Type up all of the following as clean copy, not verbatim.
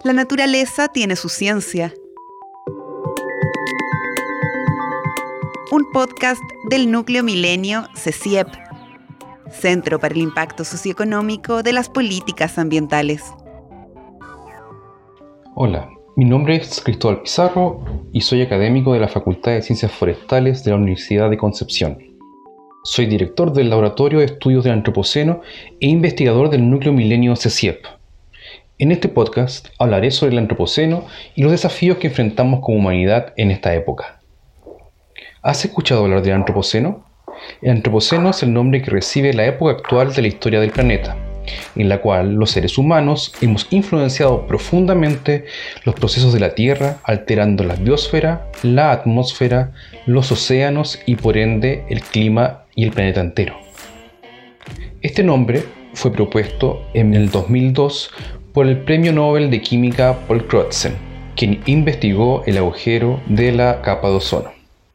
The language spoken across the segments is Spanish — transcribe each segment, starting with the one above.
La naturaleza tiene su ciencia. Un podcast del Núcleo Milenio CECIEP, Centro para el Impacto Socioeconómico de las Políticas Ambientales. Hola, mi nombre es Cristóbal Pizarro y soy académico de la Facultad de Ciencias Forestales de la Universidad de Concepción. Soy director del Laboratorio de Estudios del Antropoceno e investigador del Núcleo Milenio CECIEP. En este podcast hablaré sobre el Antropoceno y los desafíos que enfrentamos como humanidad en esta época. ¿Has escuchado hablar del Antropoceno? El Antropoceno es el nombre que recibe la época actual de la historia del planeta, en la cual los seres humanos hemos influenciado profundamente los procesos de la Tierra, alterando la biosfera, la atmósfera, los océanos y por ende el clima y el planeta entero. Este nombre fue propuesto en el 2002 por el Premio Nobel de Química Paul Crutzen, quien investigó el agujero de la capa de ozono.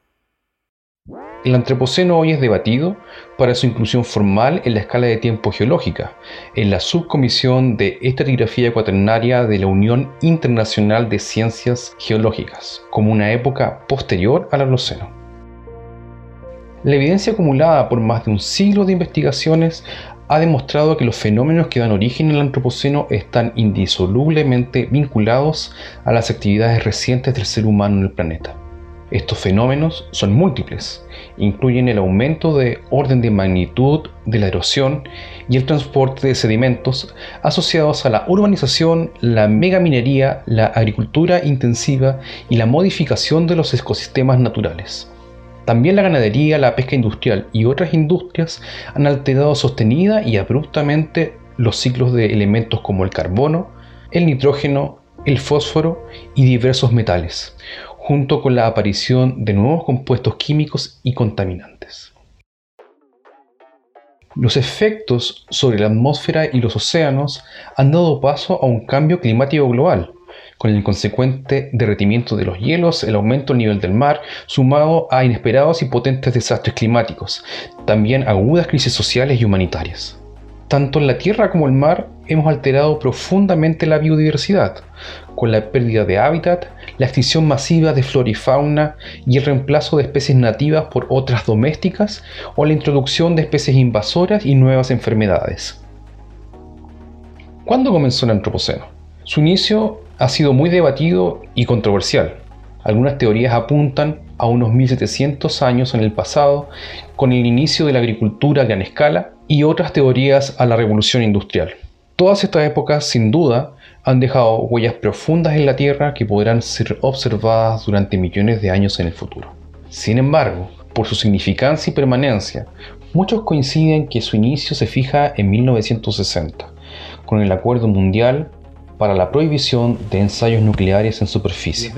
El Antropoceno hoy es debatido para su inclusión formal en la escala de tiempo geológica, en la subcomisión de estratigrafía cuaternaria de la Unión Internacional de Ciencias Geológicas, como una época posterior al Holoceno. La evidencia acumulada por más de un siglo de investigaciones ha demostrado que los fenómenos que dan origen al Antropoceno están indisolublemente vinculados a las actividades recientes del ser humano en el planeta. Estos fenómenos son múltiples, incluyen el aumento de orden de magnitud de la erosión y el transporte de sedimentos asociados a la urbanización, la megaminería, la agricultura intensiva y la modificación de los ecosistemas naturales. También la ganadería, la pesca industrial y otras industrias han alterado sostenida y abruptamente los ciclos de elementos como el carbono, el nitrógeno, el fósforo y diversos metales, junto con la aparición de nuevos compuestos químicos y contaminantes. Los efectos sobre la atmósfera y los océanos han dado paso a un cambio climático global, con el consecuente derretimiento de los hielos, el aumento del nivel del mar, sumado a inesperados y potentes desastres climáticos, también agudas crisis sociales y humanitarias. Tanto en la tierra como el mar hemos alterado profundamente la biodiversidad, con la pérdida de hábitat, la extinción masiva de flora y fauna y el reemplazo de especies nativas por otras domésticas o la introducción de especies invasoras y nuevas enfermedades. ¿Cuándo comenzó el Antropoceno? Su inicio ha sido muy debatido y controversial. Algunas teorías apuntan a unos 1700 años en el pasado, con el inicio de la agricultura a gran escala, y otras teorías a la revolución industrial. Todas estas épocas, sin duda, han dejado huellas profundas en la Tierra que podrán ser observadas durante millones de años en el futuro. Sin embargo, por su significancia y permanencia, muchos coinciden que su inicio se fija en 1960, con el Acuerdo Mundial para la prohibición de ensayos nucleares en superficie.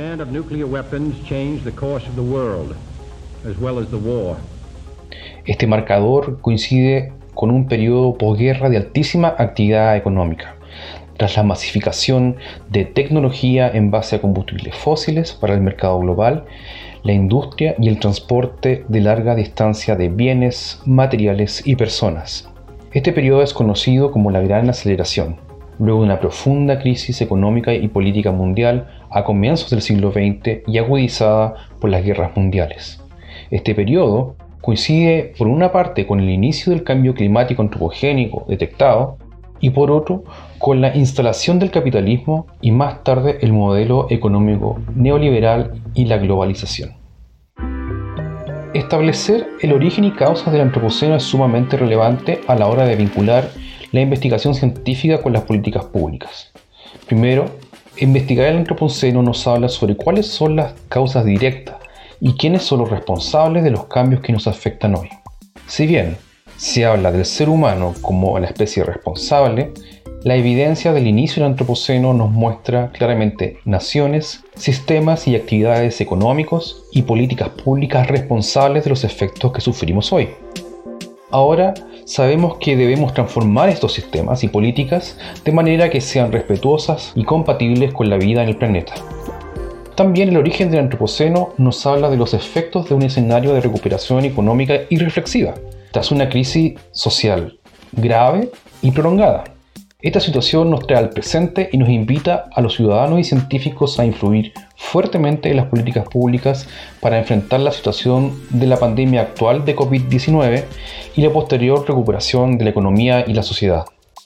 Este marcador coincide con un periodo posguerra de altísima actividad económica, tras la masificación de tecnología en base a combustibles fósiles para el mercado global, la industria y el transporte de larga distancia de bienes, materiales y personas. Este periodo es conocido como la Gran Aceleración, luego de una profunda crisis económica y política mundial a comienzos del siglo XX y agudizada por las guerras mundiales. Este periodo coincide por una parte con el inicio del cambio climático antropogénico detectado y por otro con la instalación del capitalismo y más tarde el modelo económico neoliberal y la globalización. Establecer el origen y causas del Antropoceno es sumamente relevante a la hora de vincular la investigación científica con las políticas públicas. Primero, investigar el Antropoceno nos habla sobre cuáles son las causas directas y quiénes son los responsables de los cambios que nos afectan hoy. Si bien se habla del ser humano como la especie responsable, la evidencia del inicio del Antropoceno nos muestra claramente naciones, sistemas y actividades económicos y políticas públicas responsables de los efectos que sufrimos hoy. Ahora sabemos que debemos transformar estos sistemas y políticas de manera que sean respetuosas y compatibles con la vida en el planeta. También el origen del Antropoceno nos habla de los efectos de un escenario de recuperación económica y reflexiva, tras una crisis social grave y prolongada. Esta situación nos trae al presente y nos invita a los ciudadanos y científicos a influir fuertemente en las políticas públicas para enfrentar la situación de la pandemia actual de COVID-19 y la posterior recuperación de la economía y la sociedad.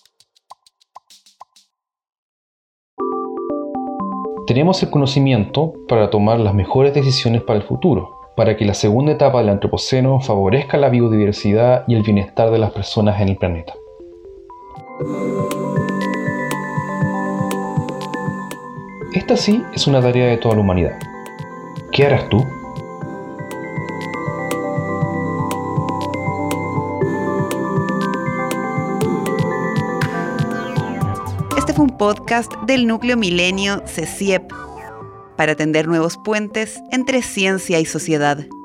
Tenemos el conocimiento para tomar las mejores decisiones para el futuro, para que la segunda etapa del Antropoceno favorezca la biodiversidad y el bienestar de las personas en el planeta. Esta sí es una tarea de toda la humanidad. ¿Qué harás tú? Este fue un podcast del Núcleo Milenio CESIEP para tender nuevos puentes entre ciencia y sociedad.